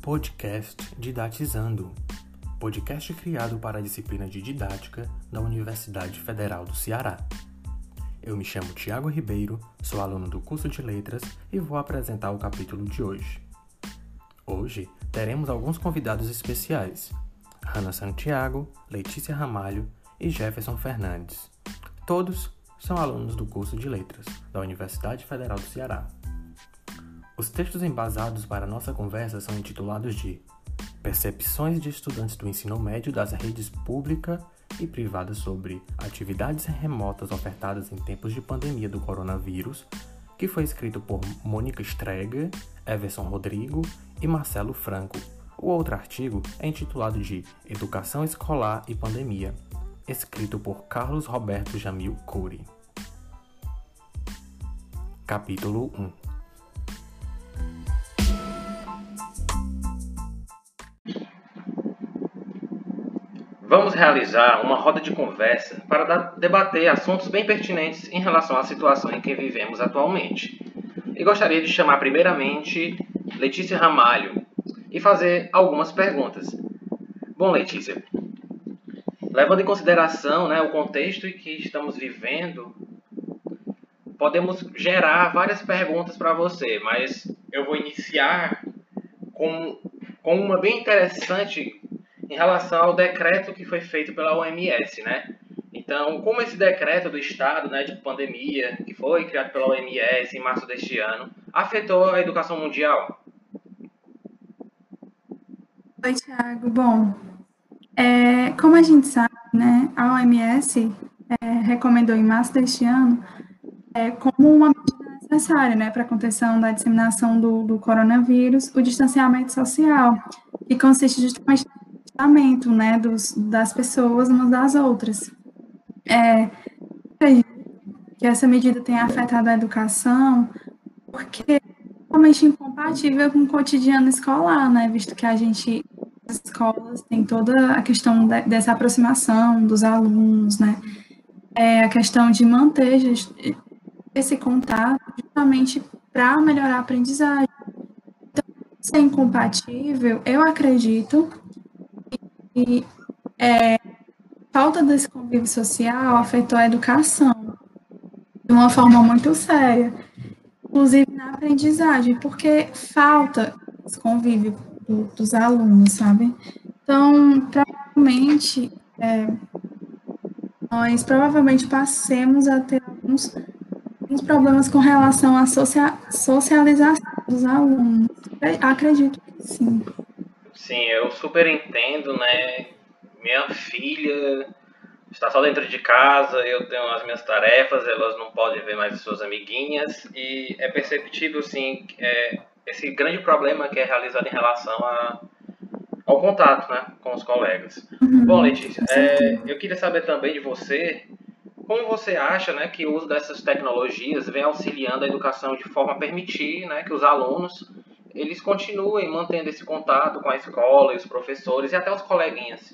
Podcast Didatizando, podcast criado para a disciplina de Didática da Universidade Federal do Ceará. Eu me chamo Tiago Ribeiro, sou aluno do curso de Letras e vou apresentar o capítulo de hoje. Hoje teremos alguns convidados especiais, Hanna Santiago, Letícia Ramalho e Jefferson Fernandes. Todos são alunos do curso de Letras da Universidade Federal do Ceará. Os textos embasados para nossa conversa são intitulados de Percepções de Estudantes do Ensino Médio das Redes Pública e Privada sobre Atividades Remotas Ofertadas em Tempos de Pandemia do Coronavírus, que foi escrito por Mônica Streger, Everson Rodrigo e Marcelo Franco. O outro artigo é intitulado de Educação Escolar e Pandemia, escrito por Carlos Roberto Jamil Cury. Capítulo 1. Vamos realizar uma roda de conversa para debater assuntos bem pertinentes em relação à situação em que vivemos atualmente. E gostaria de chamar primeiramente Letícia Ramalho e fazer algumas perguntas. Bom, Letícia, levando em consideração, o contexto em que estamos vivendo, podemos gerar várias perguntas para você, mas eu vou iniciar com uma bem interessante em relação ao decreto que foi feito pela OMS, Então, como esse decreto do Estado, de pandemia, que foi criado pela OMS em março deste ano, afetou a educação mundial? Oi, Thiago. Bom, como a gente sabe, a OMS recomendou em março deste ano como uma medida necessária, para a contenção da disseminação do coronavírus, o distanciamento social, que consiste justamente das pessoas umas das outras. Que essa medida tenha afetado a educação, porque é totalmente incompatível com o cotidiano escolar, visto que as escolas têm toda a questão dessa aproximação dos alunos, a questão de manter esse contato justamente para melhorar a aprendizagem. Então, isso é incompatível, eu acredito que falta desse convívio social afetou a educação de uma forma muito séria, inclusive na aprendizagem, porque falta esse convívio dos alunos, sabe? Então, nós provavelmente passemos a ter alguns problemas com relação à socialização dos alunos. Acredito que sim. Sim, eu super entendo, Minha filha está só dentro de casa, eu tenho as minhas tarefas, elas não podem ver mais as suas amiguinhas, e é perceptível, sim, esse grande problema que é realizado em relação ao contato, com os colegas. Bom, Letícia, eu queria saber também de você, como você acha, que o uso dessas tecnologias vem auxiliando a educação de forma a permitir, que os alunos eles continuem mantendo esse contato com a escola e os professores e até os coleguinhas?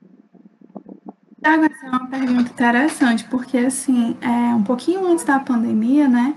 Essa é uma pergunta interessante, porque, assim, um pouquinho antes da pandemia, não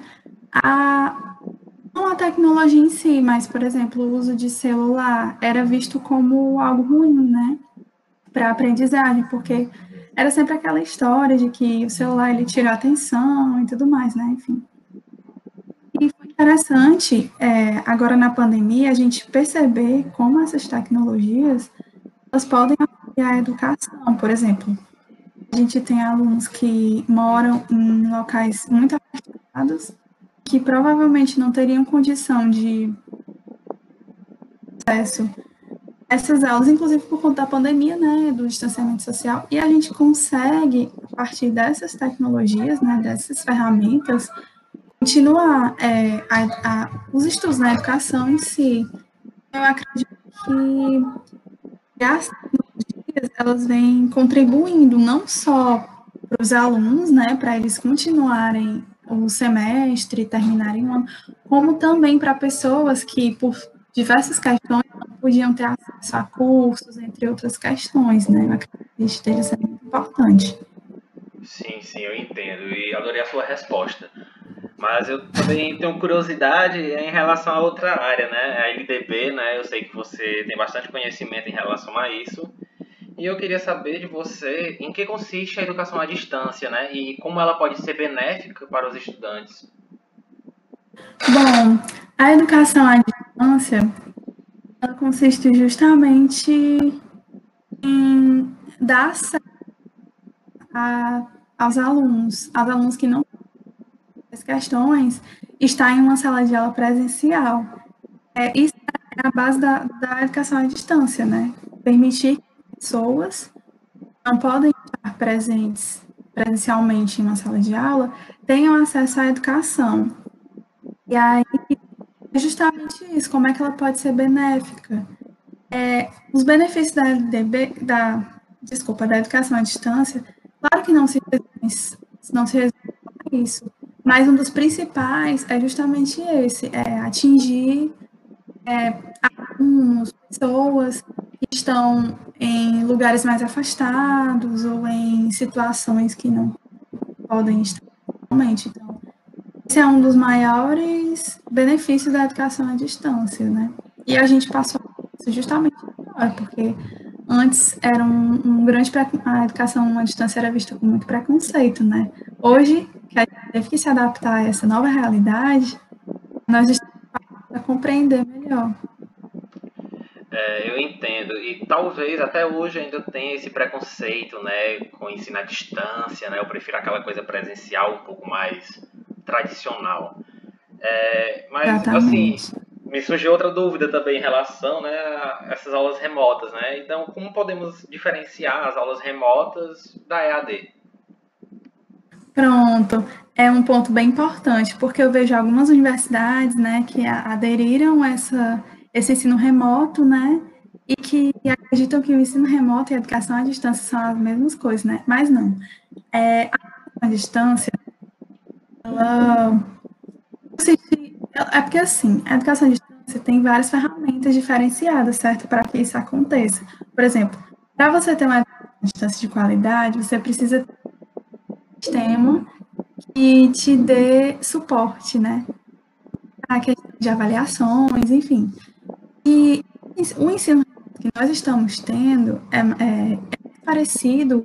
a tecnologia em si, mas, por exemplo, o uso de celular era visto como algo ruim, para a aprendizagem, porque era sempre aquela história de que o celular, ele tira a atenção e tudo mais, enfim. E foi interessante, agora na pandemia, a gente perceber como essas tecnologias, elas podem auxiliar a educação, por exemplo. A gente tem alunos que moram em locais muito afastados, que provavelmente não teriam condição de acesso a essas aulas, inclusive por conta da pandemia, do distanciamento social, e a gente consegue, a partir dessas tecnologias, dessas ferramentas, continuar os estudos na educação em si. Eu acredito que as tecnologias, elas vêm contribuindo não só para os alunos, para eles continuarem o semestre, terminarem o ano, como também para pessoas que, por diversas questões, não podiam ter acesso a cursos, entre outras questões, Eu acredito que isso esteja sendo muito importante. Sim, eu entendo e adorei a sua resposta. Mas eu também tenho curiosidade em relação a outra área, né? A LDB, né? Eu sei que você tem bastante conhecimento em relação a isso. E eu queria saber de você em que consiste a educação à distância, né? E como ela pode ser benéfica para os estudantes. Bom, a educação à distância, ela consiste justamente em dar acesso aos alunos que não têm as questões, estar em uma sala de aula presencial. Isso é a base da educação à distância, né? Permitir que pessoas que não podem estar presentes presencialmente em uma sala de aula tenham acesso à educação. E aí, é justamente isso, como é que ela pode ser benéfica? Os benefícios da LDB, da educação à distância, claro que não se resume a isso, mas um dos principais é justamente esse, é atingir alunos, pessoas que estão em lugares mais afastados ou em situações que não podem estar realmente. Então, esse é um dos maiores benefícios da educação à distância, né? E a gente passou isso justamente agora, porque antes era um grande a educação à distância era vista com muito preconceito, né? Hoje, que a gente teve que se adaptar a essa nova realidade, nós estamos a compreender melhor. Eu entendo. E talvez até hoje ainda tenha esse preconceito, né? Com o ensino à distância, né? Eu prefiro aquela coisa presencial um pouco mais tradicional. Mas, assim, Exatamente. me surgiu outra dúvida também em relação, né, a essas aulas remotas, né? Então, como podemos diferenciar as aulas remotas da EAD? Pronto, é um ponto bem importante, porque eu vejo algumas universidades, né, que aderiram a esse ensino remoto, né, e que acreditam que o ensino remoto e a educação à distância são as mesmas coisas, né, mas não. A educação à distância, ela é porque assim, a educação à distância tem várias ferramentas diferenciadas, certo, para que isso aconteça. Por exemplo, para você ter uma educação à distância de qualidade, você precisa ter um sistema que te dê suporte, né? A questão de avaliações, enfim. E o ensino que nós estamos tendo é parecido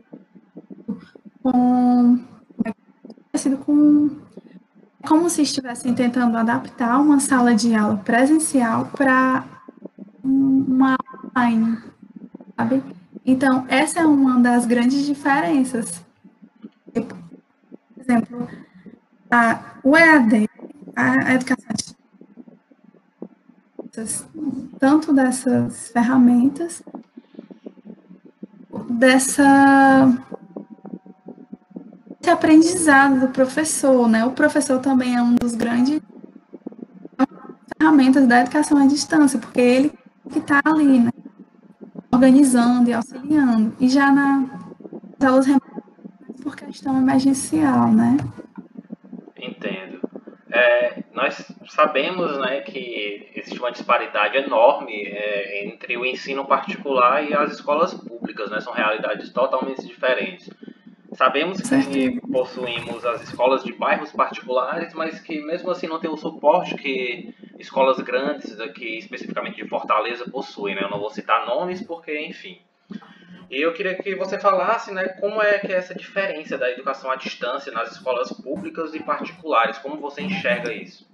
com parecido com como se estivessem tentando adaptar uma sala de aula presencial para uma online, sabe? Então, essa é uma das grandes diferenças. Por exemplo, o EAD, a educação tanto dessas ferramentas, dessa esse aprendizado do professor, né? O professor também é um dos grandes ferramentas da educação à distância, porque ele que está ali, né? Organizando e auxiliando. E já nas aulas remotas, por questão emergencial, né? Entendo. Nós sabemos, né, que existe uma disparidade enorme entre o ensino particular e as escolas públicas, né? São realidades totalmente diferentes. Sabemos Com que certeza. possuímos as escolas de bairros particulares, mas que mesmo assim não tem o suporte que escolas grandes aqui, especificamente de Fortaleza, possuem, né? Eu não vou citar nomes porque, enfim. E eu queria que você falasse, né, como é que é essa diferença da educação à distância nas escolas públicas e particulares, como você enxerga isso?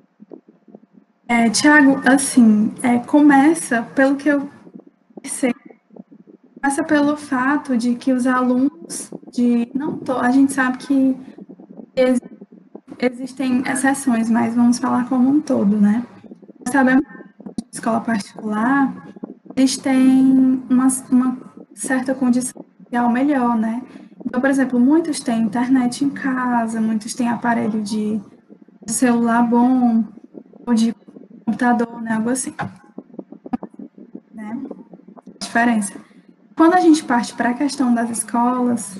Tiago, assim, começa pelo que eu sei, começa pelo fato de que os alunos de não to, a gente sabe que ex, existem exceções, mas vamos falar como um todo, né? Sabemos que a escola particular eles têm uma certa condição social melhor, né? Então, por exemplo, muitos têm internet em casa, muitos têm aparelho de celular bom, ou de computador, né? Algo assim, né? Diferença. Quando a gente parte para a questão das escolas,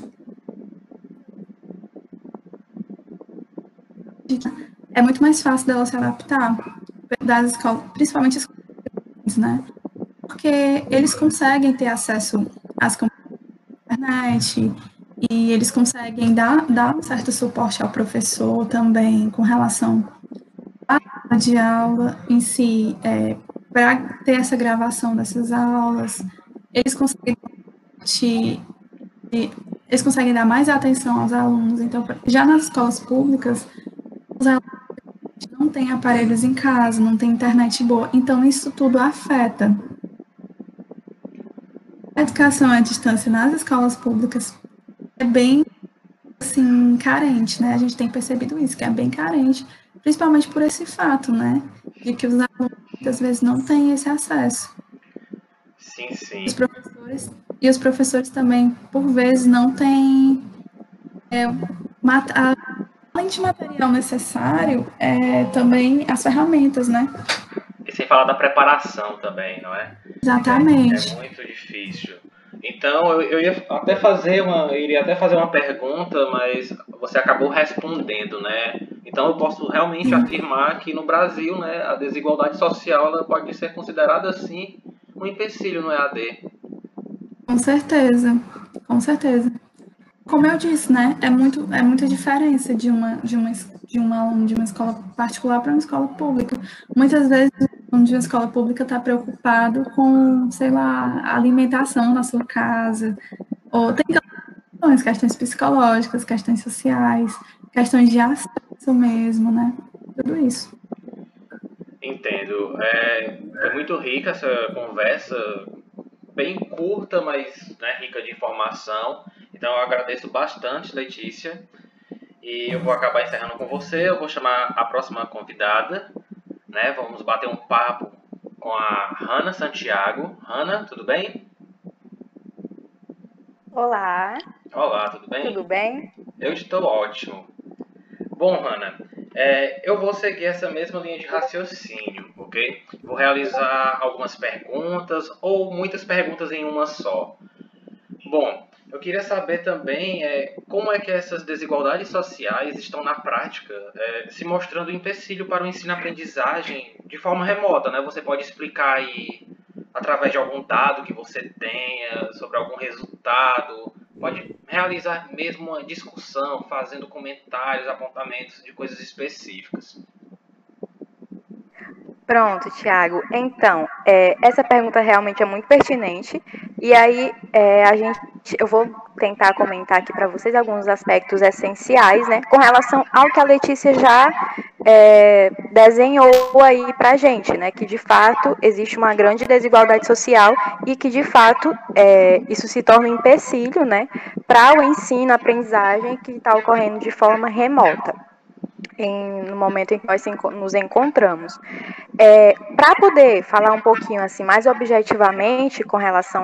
é muito mais fácil dela se adaptar das escolas, principalmente as escolas, né? Porque eles conseguem ter acesso às internet, e eles conseguem dar um certo suporte ao professor também com relação à sala de aula em si, para ter essa gravação dessas aulas, eles conseguem eles conseguem dar mais atenção aos alunos. Então, já nas escolas públicas, os alunos não têm aparelhos em casa, não tem internet boa, então isso tudo afeta. A educação à distância nas escolas públicas é bem, assim, carente, né? A gente tem percebido isso, que é bem carente, principalmente por esse fato, né? De que os alunos, muitas vezes, não têm esse acesso. Sim, sim. Os professores também, por vezes, não têm além de material necessário, também as ferramentas, né? E sem falar da preparação também, não é? Exatamente. É muito difícil. Então, eu iria até fazer uma pergunta, mas você acabou respondendo, né? Então, eu posso realmente afirmar que no Brasil, né, a desigualdade social ela pode ser considerada, sim, um empecilho no EAD. Com certeza, com certeza. Como eu disse, né, é muita diferença de um aluno de uma escola particular para uma escola pública. Muitas vezes o aluno de uma escola pública está preocupado com, sei lá, a alimentação na sua casa, ou tem questões psicológicas, questões sociais, questões de acesso mesmo, né, tudo isso. Entendo. Foi muito rica essa conversa, bem curta, mas né, rica de informação. Então eu agradeço bastante, Letícia. E eu vou acabar encerrando com você. Eu vou chamar a próxima convidada, né? Vamos bater um papo com a Hanna Santiago. Hanna, tudo bem? Olá. Olá, tudo bem? Tudo bem? Eu estou ótimo. Bom, Hanna, eu vou seguir essa mesma linha de raciocínio, ok? Vou realizar algumas perguntas ou muitas perguntas em uma só. Bom, eu queria saber também como é que essas desigualdades sociais estão na prática se mostrando um empecilho para o ensino-aprendizagem de forma remota, né? Você pode explicar aí através de algum dado que você tenha, sobre algum resultado, pode realizar mesmo uma discussão, fazendo comentários, apontamentos de coisas específicas. Pronto, Thiago. Então, essa pergunta realmente é muito pertinente. E aí, eu vou tentar comentar aqui para vocês alguns aspectos essenciais, né, com relação ao que a Letícia já desenhou aí para a gente, né, que de fato existe uma grande desigualdade social e que de fato isso se torna um empecilho, né, para o ensino, a aprendizagem que está ocorrendo de forma remota. No momento em que nós nos encontramos. Para poder falar um pouquinho assim mais objetivamente com relação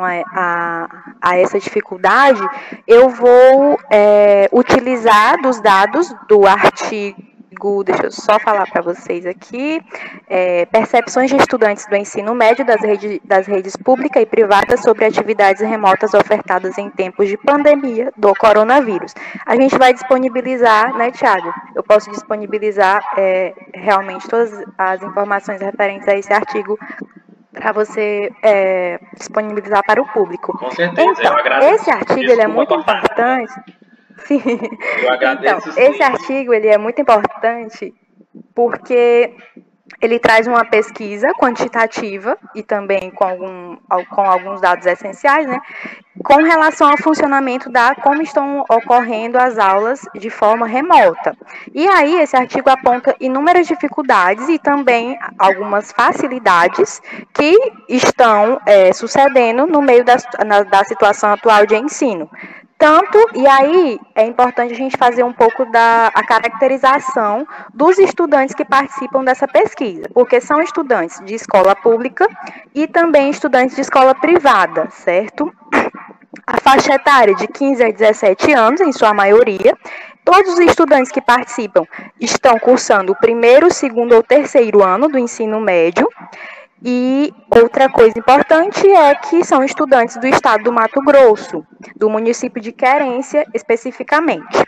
a essa dificuldade, eu vou utilizar dos dados do artigo, deixa eu só falar para vocês aqui, percepções de estudantes do ensino médio das redes pública e privada sobre atividades remotas ofertadas em tempos de pandemia do coronavírus. A gente vai disponibilizar, né, Thiago? Eu posso disponibilizar realmente todas as informações referentes a esse artigo para você disponibilizar para o público. Com certeza, então, esse artigo ele é muito importante. Sim. Eu agradeço, então, esse artigo ele é muito importante porque ele traz uma pesquisa quantitativa e também com alguns dados essenciais, né, com relação ao funcionamento como estão ocorrendo as aulas de forma remota. E aí, esse artigo aponta inúmeras dificuldades e também algumas facilidades que estão sucedendo no meio da situação atual de ensino. E aí é importante a gente fazer um pouco a caracterização dos estudantes que participam dessa pesquisa, porque são estudantes de escola pública e também estudantes de escola privada, certo? A faixa etária de 15 a 17 anos, em sua maioria. Todos os estudantes que participam estão cursando o primeiro, segundo ou terceiro ano do ensino médio. E outra coisa importante é que são estudantes do estado do Mato Grosso, do município de Querência, especificamente.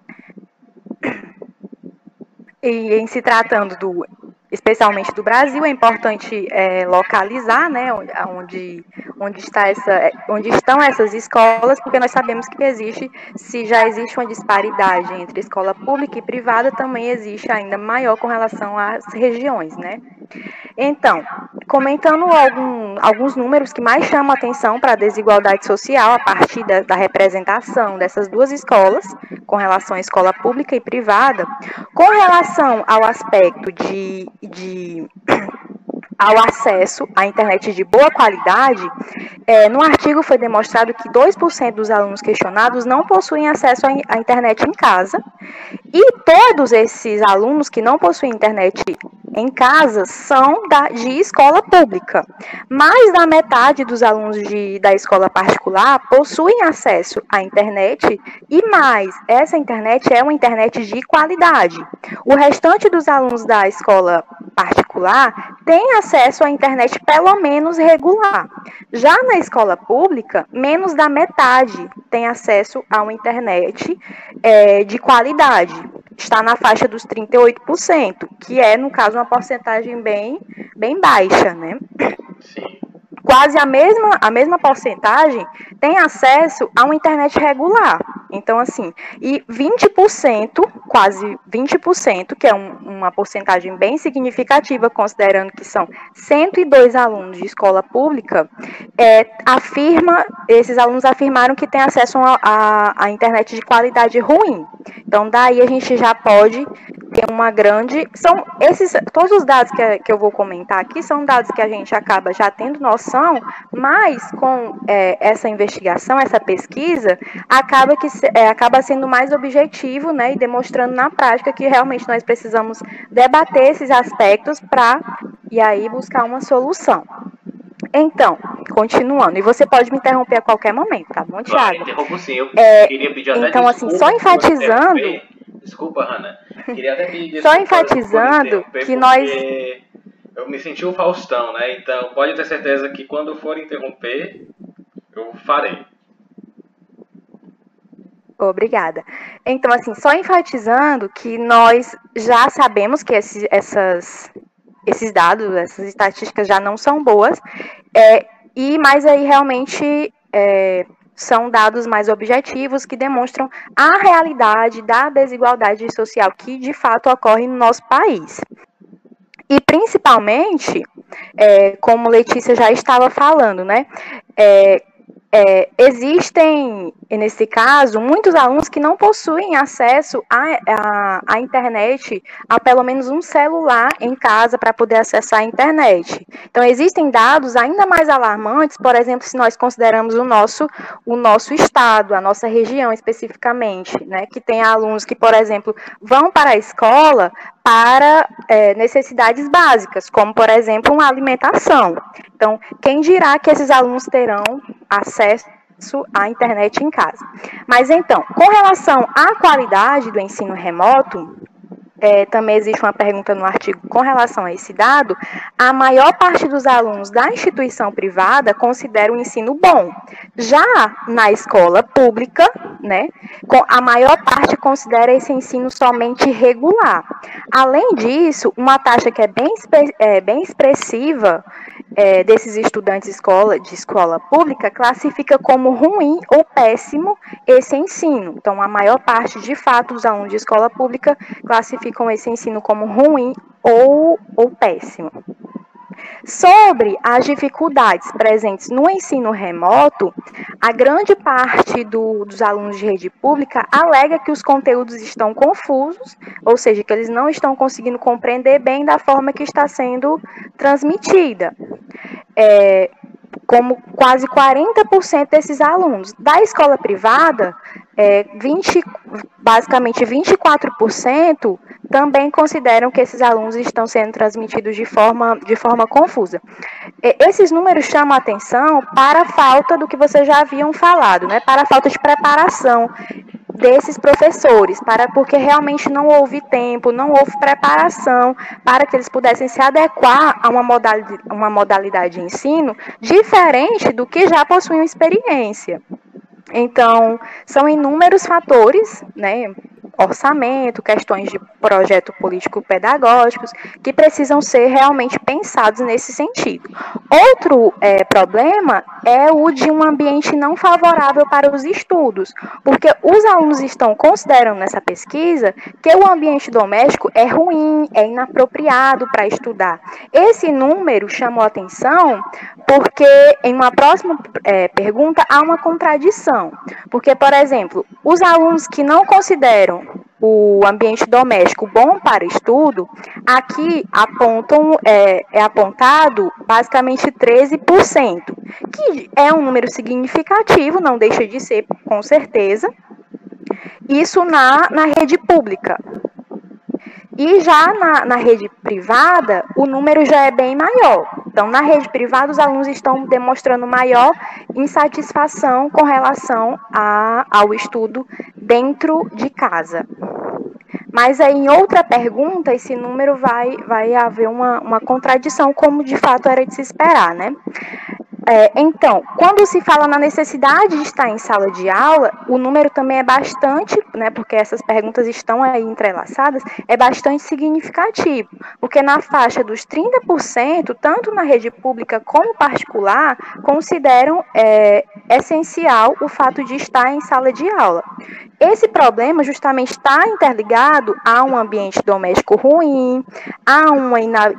E em se tratando especialmente do Brasil, é importante localizar, né, onde estão essas escolas, porque nós sabemos que se já existe uma disparidade entre escola pública e privada, também existe ainda maior com relação às regiões, né? Então, comentando alguns números que mais chamam a atenção para a desigualdade social a partir da representação dessas duas escolas, com relação à escola pública e privada, com relação ao aspecto ao acesso à internet de boa qualidade, no artigo foi demonstrado que 2% dos alunos questionados não possuem acesso à internet em casa, e todos esses alunos que não possuem internet em casa são de escola pública. Mais da metade dos alunos da escola particular possuem acesso à internet, e mais, essa internet é uma internet de qualidade. O restante dos alunos da escola particular tem acesso à internet pelo menos regular. Já na escola pública, menos da metade tem acesso a uma internet de qualidade. Está na faixa dos 38%, que é, no caso, uma porcentagem bem baixa, né? Sim. Quase a mesma porcentagem tem acesso a uma internet regular. Então, assim, e 20%, quase 20%, que é uma porcentagem bem significativa, considerando que são 102 alunos de escola pública, esses alunos afirmaram que têm acesso a internet de qualidade ruim. Então, daí a gente já pode ter uma grande... Todos os dados que eu vou comentar aqui são dados que a gente acaba já tendo noção, mas com essa investigação, essa pesquisa, acaba sendo mais objetivo, né, e demonstrando na prática que realmente nós precisamos debater esses aspectos e aí buscar uma solução. Então, continuando, e você pode me interromper a qualquer momento, tá bom, Thiago? Claro, interrompo sim, eu queria pedir até então, assim, só enfatizando... Desculpa, Hanna, queria até pedir só enfatizando que nós... Eu me senti o Faustão, né? Então, pode ter certeza que quando for interromper, eu farei. Obrigada. Então, assim, só enfatizando que nós já sabemos que esses dados, essas estatísticas já não são boas, mas aí realmente são dados mais objetivos que demonstram a realidade da desigualdade social que de fato ocorre no nosso país. E principalmente, como Letícia já estava falando, né, existem, nesse caso, muitos alunos que não possuem acesso à internet, a pelo menos um celular em casa para poder acessar a internet. Então, existem dados ainda mais alarmantes, por exemplo, se nós consideramos o nosso estado, a nossa região especificamente, né, que tem alunos que, por exemplo, vão para a escola para necessidades básicas, como, por exemplo, uma alimentação. Então, quem dirá que esses alunos terão acesso à internet em casa? Mas, então, com relação à qualidade do ensino remoto, também existe uma pergunta no artigo com relação a esse dado. A maior parte dos alunos da instituição privada considera o ensino bom. Já na escola pública, né, a maior parte considera esse ensino somente regular. Além disso, uma taxa que é bem expressiva desses estudantes de escola pública classifica como ruim ou péssimo esse ensino. Então, a maior parte, de fato, dos alunos de escola pública classificam esse ensino como ruim ou péssimo. Sobre as dificuldades presentes no ensino remoto, a grande parte dos alunos de rede pública alega que os conteúdos estão confusos, ou seja, que eles não estão conseguindo compreender bem da forma que está sendo transmitida. Como quase 40% desses alunos. Da escola privada, basicamente 24% também consideram que esses alunos estão sendo transmitidos de forma confusa. Esses números chamam a atenção para a falta do que vocês já haviam falado, né? Para a falta de preparação desses professores, porque realmente não houve tempo, não houve preparação para que eles pudessem se adequar a uma modalidade de ensino diferente do que já possuíam experiência. Então, são inúmeros fatores, né, orçamento, questões de projeto político-pedagógicos, que precisam ser realmente pensados nesse sentido. Outro problema é o de um ambiente não favorável para os estudos, porque os alunos estão considerando nessa pesquisa que o ambiente doméstico é ruim, é inapropriado para estudar. Esse número chamou atenção porque em uma próxima pergunta há uma contradição, porque, por exemplo, os alunos que não consideram o ambiente doméstico bom para estudo, aqui é apontado basicamente 13%, que é um número significativo, não deixa de ser, com certeza, isso na rede pública. E já na rede privada, o número já é bem maior. Então, na rede privada, os alunos estão demonstrando maior insatisfação com relação ao estudo dentro de casa. Mas aí, em outra pergunta, esse número vai haver uma contradição, como de fato era de se esperar, né? Então, quando se fala na necessidade de estar em sala de aula, o número também é bastante, né, porque essas perguntas estão aí entrelaçadas, é bastante significativo, porque na faixa dos 30%, tanto na rede pública como particular, consideram essencial o fato de estar em sala de aula. Esse problema justamente está interligado a um ambiente doméstico ruim, a uma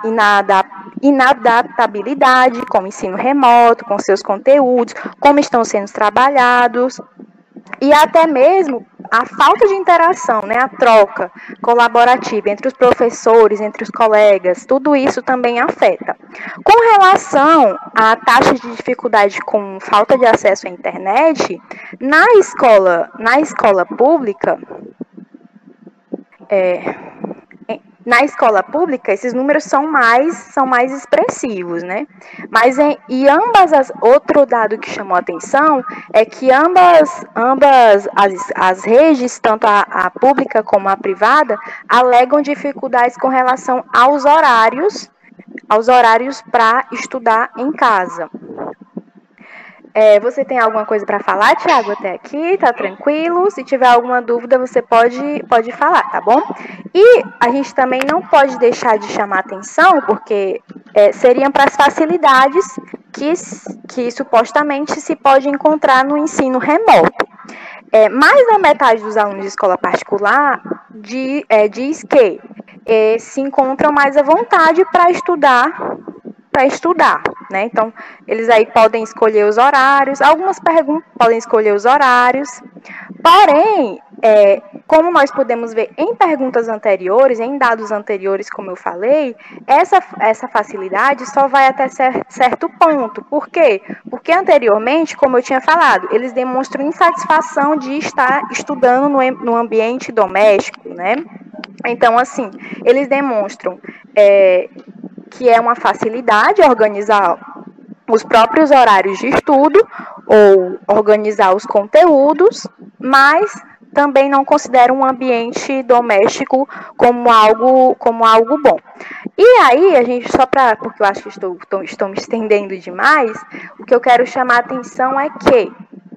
inadaptabilidade com o ensino remoto, com seus conteúdos, como estão sendo trabalhados, e até mesmo a falta de interação, né, a troca colaborativa entre os professores, entre os colegas, tudo isso também afeta. Com relação à taxa de dificuldade com falta de acesso à internet, na escola pública, esses números são mais expressivos, né? Mas outro dado que chamou a atenção é que ambas as redes, tanto a pública como a privada, alegam dificuldades com relação aos horários para estudar em casa. Você tem alguma coisa para falar, Thiago, até aqui? Tá tranquilo? Se tiver alguma dúvida, você pode falar, tá bom? E a gente também não pode deixar de chamar atenção, porque seriam para as facilidades que supostamente se pode encontrar no ensino remoto. Mais da metade dos alunos de escola particular diz que se encontram mais à vontade para estudar, né? Então, eles aí podem escolher os horários, algumas podem escolher os horários, porém, como nós podemos ver em perguntas anteriores, em dados anteriores, como eu falei, essa facilidade só vai até certo ponto. Por quê? Porque anteriormente, como eu tinha falado, eles demonstram insatisfação de estar estudando no ambiente doméstico, né? Então, assim, eles demonstram que é uma facilidade organizar os próprios horários de estudo ou organizar os conteúdos, mas também não consideram um ambiente doméstico como algo bom. E aí, a gente, porque eu acho que estou me estendendo demais, o que eu quero chamar a atenção é que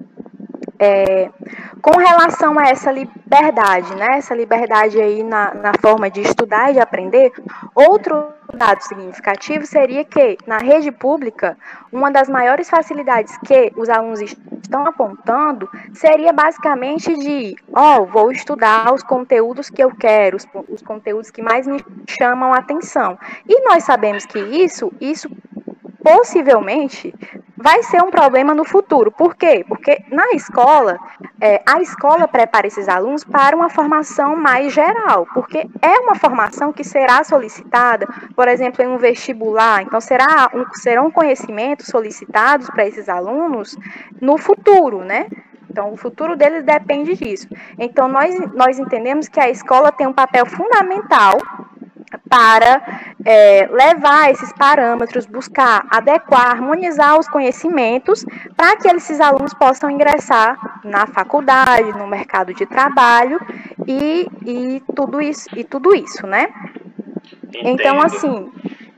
com relação a essa liberdade, né, essa liberdade aí na forma de estudar e de aprender, outro dado significativo seria que, na rede pública, uma das maiores facilidades que os alunos estão apontando seria basicamente vou estudar os conteúdos que eu quero, os conteúdos que mais me chamam a atenção. E nós sabemos que isso possivelmente vai ser um problema no futuro. Por quê? Porque na escola, a escola prepara esses alunos para uma formação mais geral, porque é uma formação que será solicitada, por exemplo, em um vestibular. Então, serão conhecimentos solicitados para esses alunos no futuro, né? Então, o futuro deles depende disso. Então, nós entendemos que a escola tem um papel fundamental para levar esses parâmetros, buscar adequar, harmonizar os conhecimentos para que esses alunos possam ingressar na faculdade, no mercado de trabalho e tudo isso, né? Entendo. Então, assim,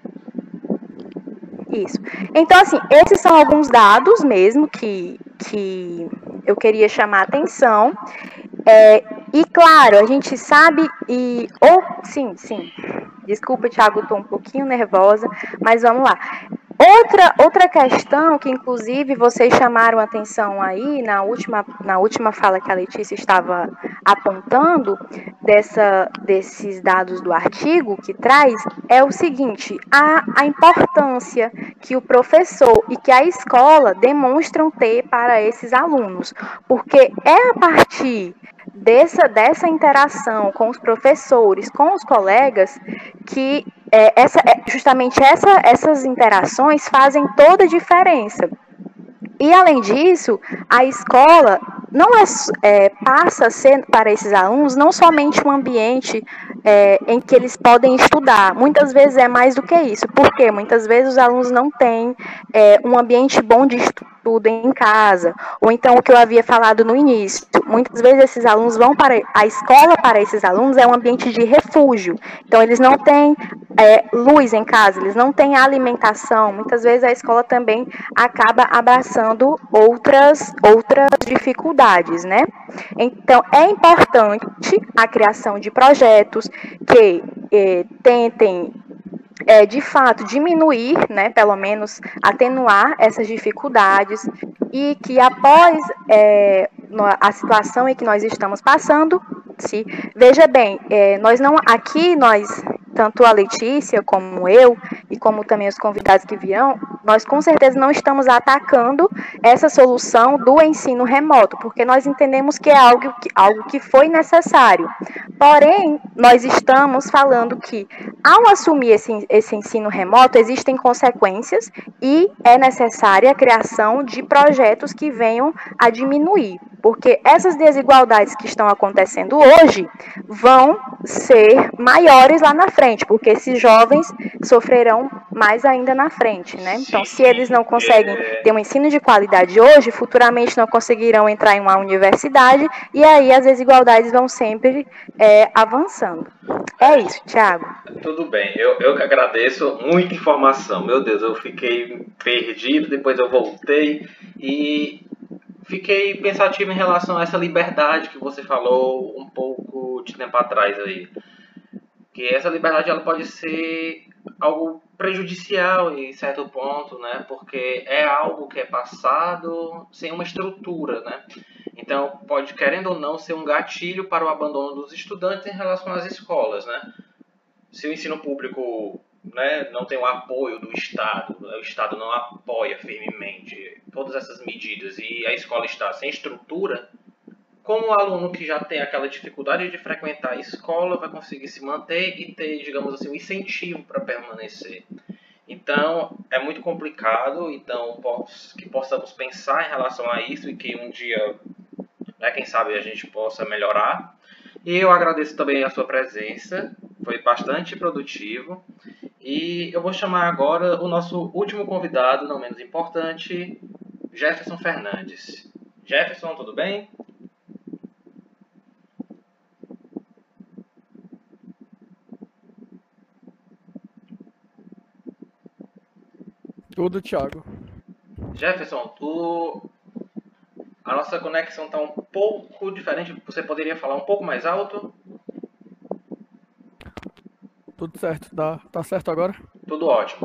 isso. Então, assim, esses são alguns dados mesmo que eu queria chamar a atenção. E claro, a gente sabe sim, desculpa, Thiago, estou um pouquinho nervosa, mas vamos lá. Outra questão que, inclusive, vocês chamaram atenção aí na última fala que a Letícia estava apontando, desses dados do artigo que traz, é o seguinte: a importância que o professor e que a escola demonstram ter para esses alunos, porque é a partir dessa interação com os professores, com os colegas, que justamente essas interações fazem toda a diferença. E, além disso, a escola passa a ser, para esses alunos, não somente um ambiente em que eles podem estudar. Muitas vezes é mais do que isso. Por quê? Muitas vezes os alunos não têm um ambiente bom de estudo em casa. Ou então, o que eu havia falado no início, muitas vezes esses alunos vão para a escola, para esses alunos é um ambiente de refúgio. Então, eles não têm luz em casa, eles não têm alimentação. Muitas vezes a escola também acaba abraçando outras dificuldades, né? Então, é importante a criação de projetos que tentem, de fato, diminuir, né, pelo menos atenuar essas dificuldades, e que após a situação em que nós estamos passando, veja bem, tanto a Letícia como eu, e como também os convidados que virão, nós com certeza não estamos atacando essa solução do ensino remoto, porque nós entendemos que é algo que foi necessário. Porém, nós estamos falando que, ao assumir esse ensino remoto, existem consequências e é necessária a criação de projetos que venham a diminuir, porque essas desigualdades que estão acontecendo hoje vão ser maiores lá na frente, porque esses jovens sofrerão mais ainda na frente, né? Então, se eles não conseguem ter um ensino de qualidade hoje, futuramente não conseguirão entrar em uma universidade, e aí as desigualdades vão sempre avançando. É isso, Thiago. Tudo bem, eu que agradeço, muita informação, meu Deus, eu fiquei perdido, depois eu voltei e fiquei pensativo em relação a essa liberdade que você falou um pouco de tempo atrás aí. Que essa liberdade ela pode ser algo prejudicial em certo ponto, né? Porque é algo que é passado sem uma estrutura, né? Então, pode, querendo ou não, ser um gatilho para o abandono dos estudantes em relação às escolas, né? Se o ensino público, né, não tem o apoio do Estado, o Estado não apoia firmemente todas essas medidas e a escola está sem estrutura, como o aluno que já tem aquela dificuldade de frequentar a escola vai conseguir se manter e ter, digamos assim, um incentivo para permanecer? Então, é muito complicado, então, que possamos pensar em relação a isso e que um dia, né, quem sabe, a gente possa melhorar. E eu agradeço também a sua presença, foi bastante produtivo. E eu vou chamar agora o nosso último convidado, não menos importante, Jefferson Fernandes. Jefferson, tudo bem? Tudo, Thiago. Jefferson, a nossa conexão está um pouco diferente. Você poderia falar um pouco mais alto? Tudo certo. Tá certo agora? Tudo ótimo.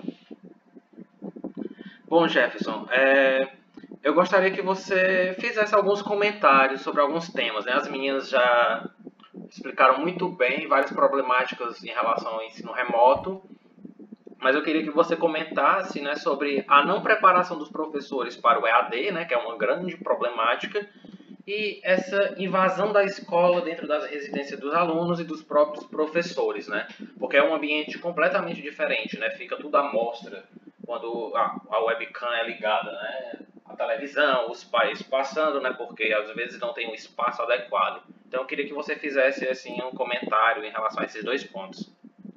Bom, Jefferson, eu gostaria que você fizesse alguns comentários sobre alguns temas, né? As meninas já explicaram muito bem várias problemáticas em relação ao ensino remoto, mas eu queria que você comentasse, né, sobre a não preparação dos professores para o EAD, né, que é uma grande problemática, e essa invasão da escola dentro das residências dos alunos e dos próprios professores, né? Porque é um ambiente completamente diferente, né? Fica tudo à mostra quando a webcam é ligada, né? A televisão, os pais passando, né? Porque às vezes não tem um espaço adequado. Então eu queria que você fizesse assim um comentário em relação a esses dois pontos.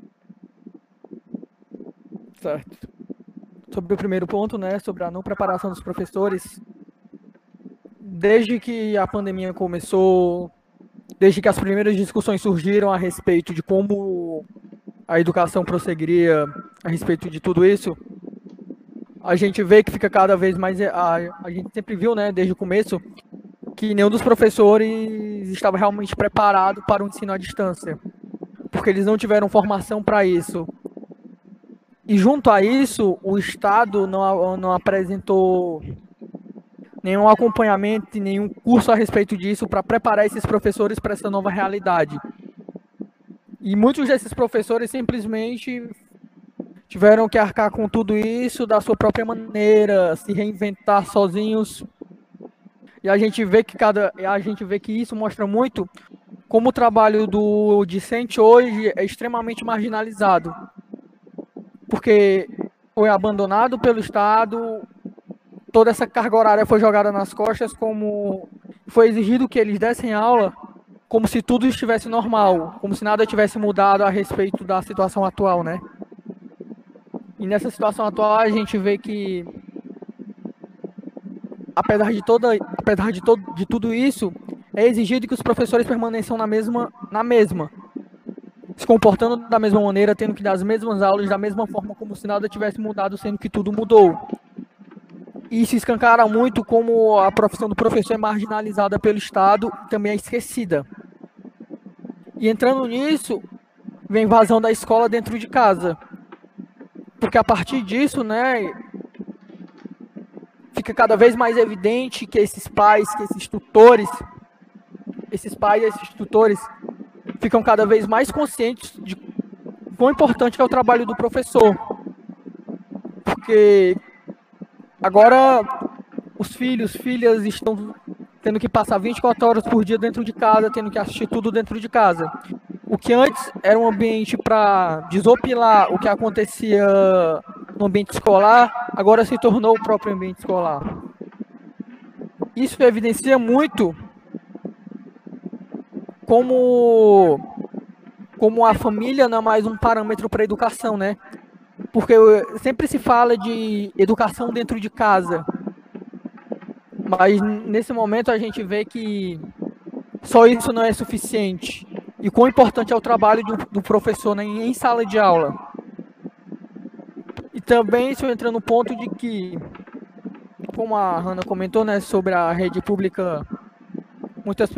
Certo. Sobre o primeiro ponto, né, sobre a não preparação dos professores, desde que a pandemia começou, desde que as primeiras discussões surgiram a respeito de como a educação prosseguiria a respeito de tudo isso, a gente vê que fica cada vez mais, a gente sempre viu, né, desde o começo, que nenhum dos professores estava realmente preparado para o ensino à distância, porque eles não tiveram formação para isso. E junto a isso, o Estado não apresentou nenhum acompanhamento, nenhum curso a respeito disso para preparar esses professores para essa nova realidade. E muitos desses professores simplesmente tiveram que arcar com tudo isso da sua própria maneira, se reinventar sozinhos. E a gente vê que isso mostra muito como o trabalho do discente hoje é extremamente marginalizado, porque foi abandonado pelo Estado, toda essa carga horária foi jogada nas costas, como foi exigido que eles dessem aula como se tudo estivesse normal, como se nada tivesse mudado a respeito da situação atual, né? E nessa situação atual a gente vê que, apesar de tudo isso, é exigido que os professores permaneçam na mesma, se comportando da mesma maneira, tendo que dar as mesmas aulas da mesma forma, como se nada tivesse mudado, sendo que tudo mudou. E se escancara muito como a profissão do professor é marginalizada pelo Estado, também é esquecida. E entrando nisso, vem invasão da escola dentro de casa. Porque a partir disso, né, fica cada vez mais evidente que esses pais, que esses tutores ficam cada vez mais conscientes de quão importante é o trabalho do professor. Porque agora os filhos, filhas estão tendo que passar 24 horas por dia dentro de casa, tendo que assistir tudo dentro de casa. O que antes era um ambiente para desopilar o que acontecia no ambiente escolar, agora se tornou o próprio ambiente escolar. Isso evidencia muito como a família não é mais um parâmetro para a educação, né? Porque sempre se fala de educação dentro de casa, mas nesse momento a gente vê que só isso não é suficiente. E quão importante é o trabalho do professor, né, em sala de aula. E também isso entra no ponto de que, como a Hannah comentou, né, sobre a rede pública, muitos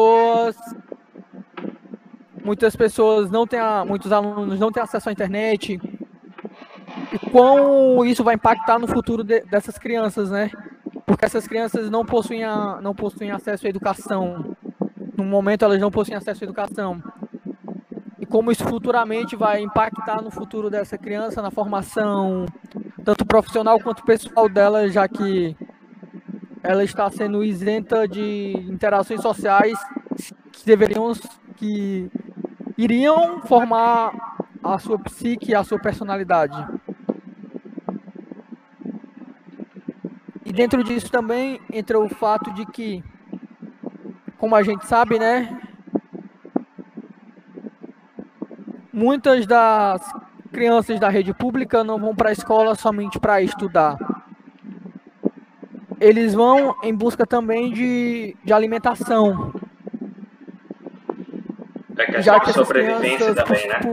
alunos não têm acesso à internet. E quão isso vai impactar no futuro dessas crianças, né? Porque essas crianças não possuem acesso à educação. No momento elas não possuem acesso à educação. E como isso futuramente vai impactar no futuro dessa criança, na formação, tanto profissional quanto pessoal dela, já que ela está sendo isenta de interações sociais que iriam formar a sua psique e a sua personalidade. E dentro disso também entra o fato de que, como a gente sabe, né, muitas das crianças da rede pública não vão para a escola somente para estudar. Eles vão em busca também de alimentação. É questão de sobrevivência também, né?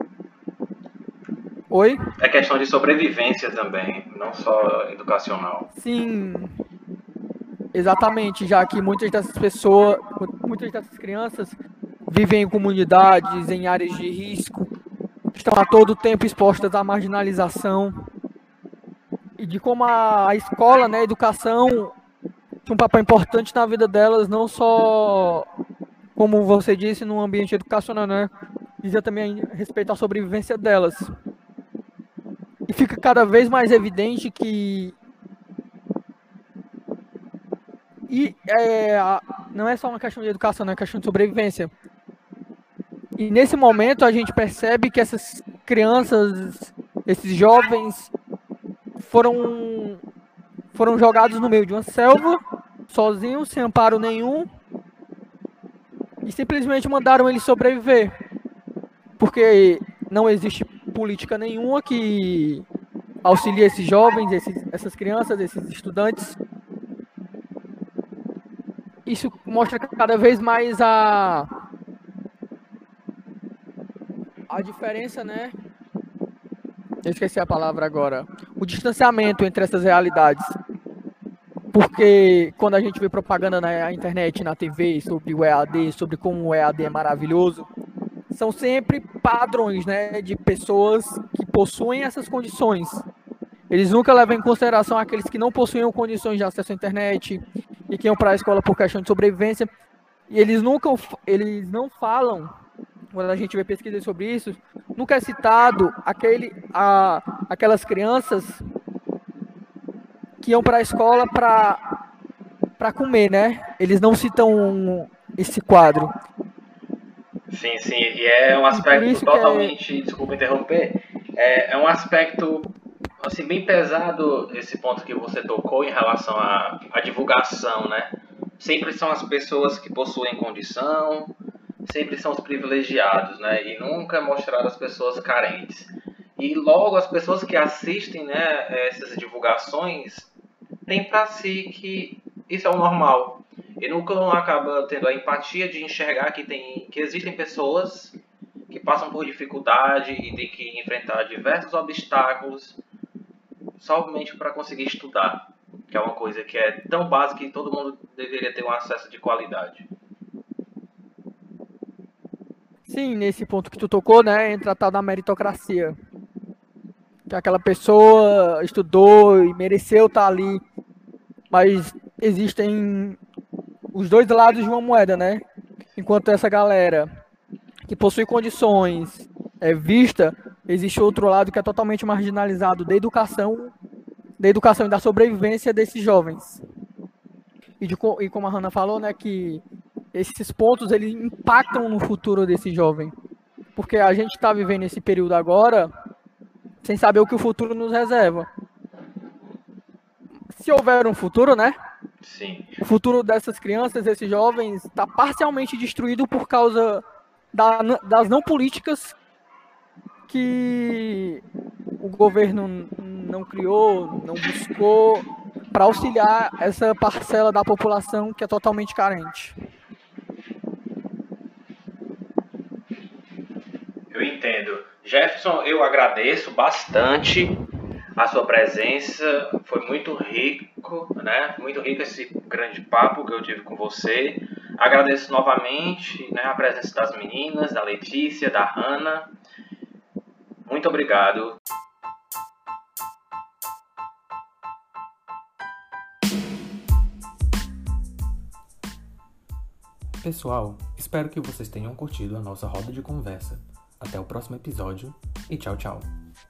Oi? É questão de sobrevivência também, não só educacional. Sim, exatamente, já que muitas dessas crianças vivem em comunidades, em áreas de risco, estão a todo tempo expostas à marginalização, e de como a escola, né, a educação, tem um papel importante na vida delas, não só, como você disse, no ambiente educacional, né, dizia também a respeito à sobrevivência delas. E fica cada vez mais evidente que não é só uma questão de educação, é uma questão de sobrevivência. E nesse momento a gente percebe que essas crianças, esses jovens, foram jogados no meio de uma selva, sozinhos, sem amparo nenhum, e simplesmente mandaram eles sobreviver. Porque não existe política nenhuma que auxilie esses jovens, essas crianças, esses estudantes. Isso mostra cada vez mais a diferença, né? Eu esqueci a palavra agora. O distanciamento entre essas realidades. Porque Porque quando a gente vê propaganda na internet, na TV, sobre o EAD, sobre como o EAD é maravilhoso, são sempre padrões, né, de pessoas que possuem essas condições. Eles nunca levam em consideração aqueles que não possuem condições de acesso à internet e que iam para a escola por questão de sobrevivência. E eles não falam, quando a gente vê pesquisas sobre isso, nunca é citado aquelas crianças que iam para a escola para comer, né? Eles não citam esse quadro. Sim, e é um aspecto totalmente, desculpa interromper, é um aspecto assim, bem pesado esse ponto que você tocou em relação à divulgação, né? Sempre são as pessoas que possuem condição, sempre são os privilegiados, né? E nunca é mostrado as pessoas carentes. E logo as pessoas que assistem, né, essas divulgações têm para si que isso é o normal. E nunca acaba tendo a empatia de enxergar que existem pessoas que passam por dificuldade e têm que enfrentar diversos obstáculos somente para conseguir estudar, que é uma coisa que é tão básica que todo mundo deveria ter um acesso de qualidade. Sim, nesse ponto que tu tocou, né, entra a tal da meritocracia. Que aquela pessoa estudou e mereceu estar ali, mas existem os dois lados de uma moeda, né? Enquanto essa galera que possui condições é vista, existe outro lado que é totalmente marginalizado da educação e da sobrevivência desses jovens. E como a Hannah falou, né, que esses pontos eles impactam no futuro desse jovem. Porque a gente está vivendo esse período agora sem saber o que o futuro nos reserva. Se houver um futuro, né? Sim. O futuro dessas crianças, desses jovens, está parcialmente destruído por causa das não políticas que o governo não criou, não buscou para auxiliar essa parcela da população que é totalmente carente. Eu entendo. Jefferson, eu agradeço bastante a sua presença. Foi muito rico, né? Muito rico esse grande papo que eu tive com você. Agradeço novamente, né, a presença das meninas, da Letícia, da Hannah. Muito obrigado. Pessoal, espero que vocês tenham curtido a nossa roda de conversa. Até o próximo episódio e tchau, tchau.